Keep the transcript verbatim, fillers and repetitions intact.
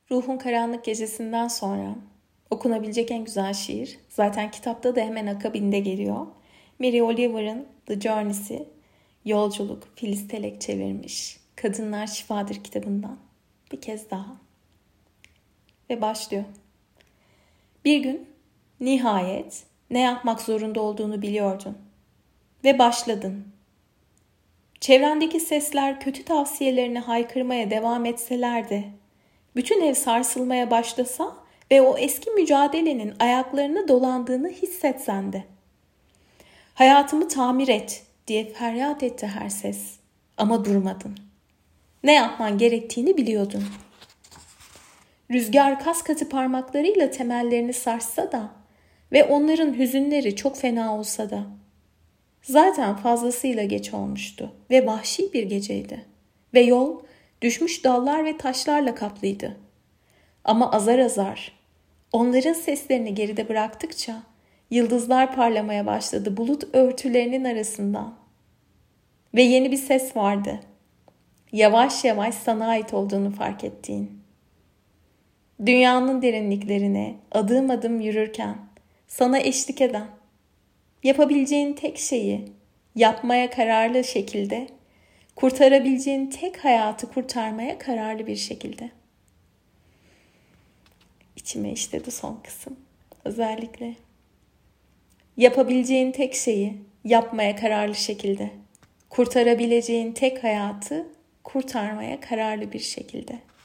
Ruhun Karanlık Gecesi'nden sonra okunabilecek en güzel şiir, zaten kitapta da hemen akabinde geliyor. Mary Oliver'ın The Journey'si, Yolculuk, Filiz Telek çevirmiş. Kadınlar Şifadır kitabından. Bir kez daha. Ve başlıyor. Bir gün nihayet ne yapmak zorunda olduğunu biliyordun. Ve başladın. Çevrendeki sesler kötü tavsiyelerini haykırmaya devam etseler de, bütün ev sarsılmaya başlasa ve o eski mücadelenin ayaklarına dolandığını hissetsen de. Hayatımı tamir et diye feryat etti her ses. Ama durmadın. Ne yapman gerektiğini biliyordun. Rüzgar kas katı parmaklarıyla temellerini sarssa da ve onların hüzünleri çok fena olsa da. Zaten fazlasıyla geç olmuştu ve vahşi bir geceydi. Ve yol düşmüş dallar ve taşlarla kaplıydı. Ama azar azar onların seslerini geride bıraktıkça yıldızlar parlamaya başladı bulut örtülerinin arasından. Ve yeni bir ses vardı. Yavaş yavaş sana ait olduğunu fark ettiğin. Dünyanın derinliklerine adım adım yürürken sana eşlik eden, yapabileceğin tek şeyi yapmaya kararlı şekilde, kurtarabileceğin tek hayatı kurtarmaya kararlı bir şekilde. İçime işledi son kısım. Özellikle yapabileceğin tek şeyi yapmaya kararlı şekilde, kurtarabileceğin tek hayatı kurtarmaya kararlı bir şekilde.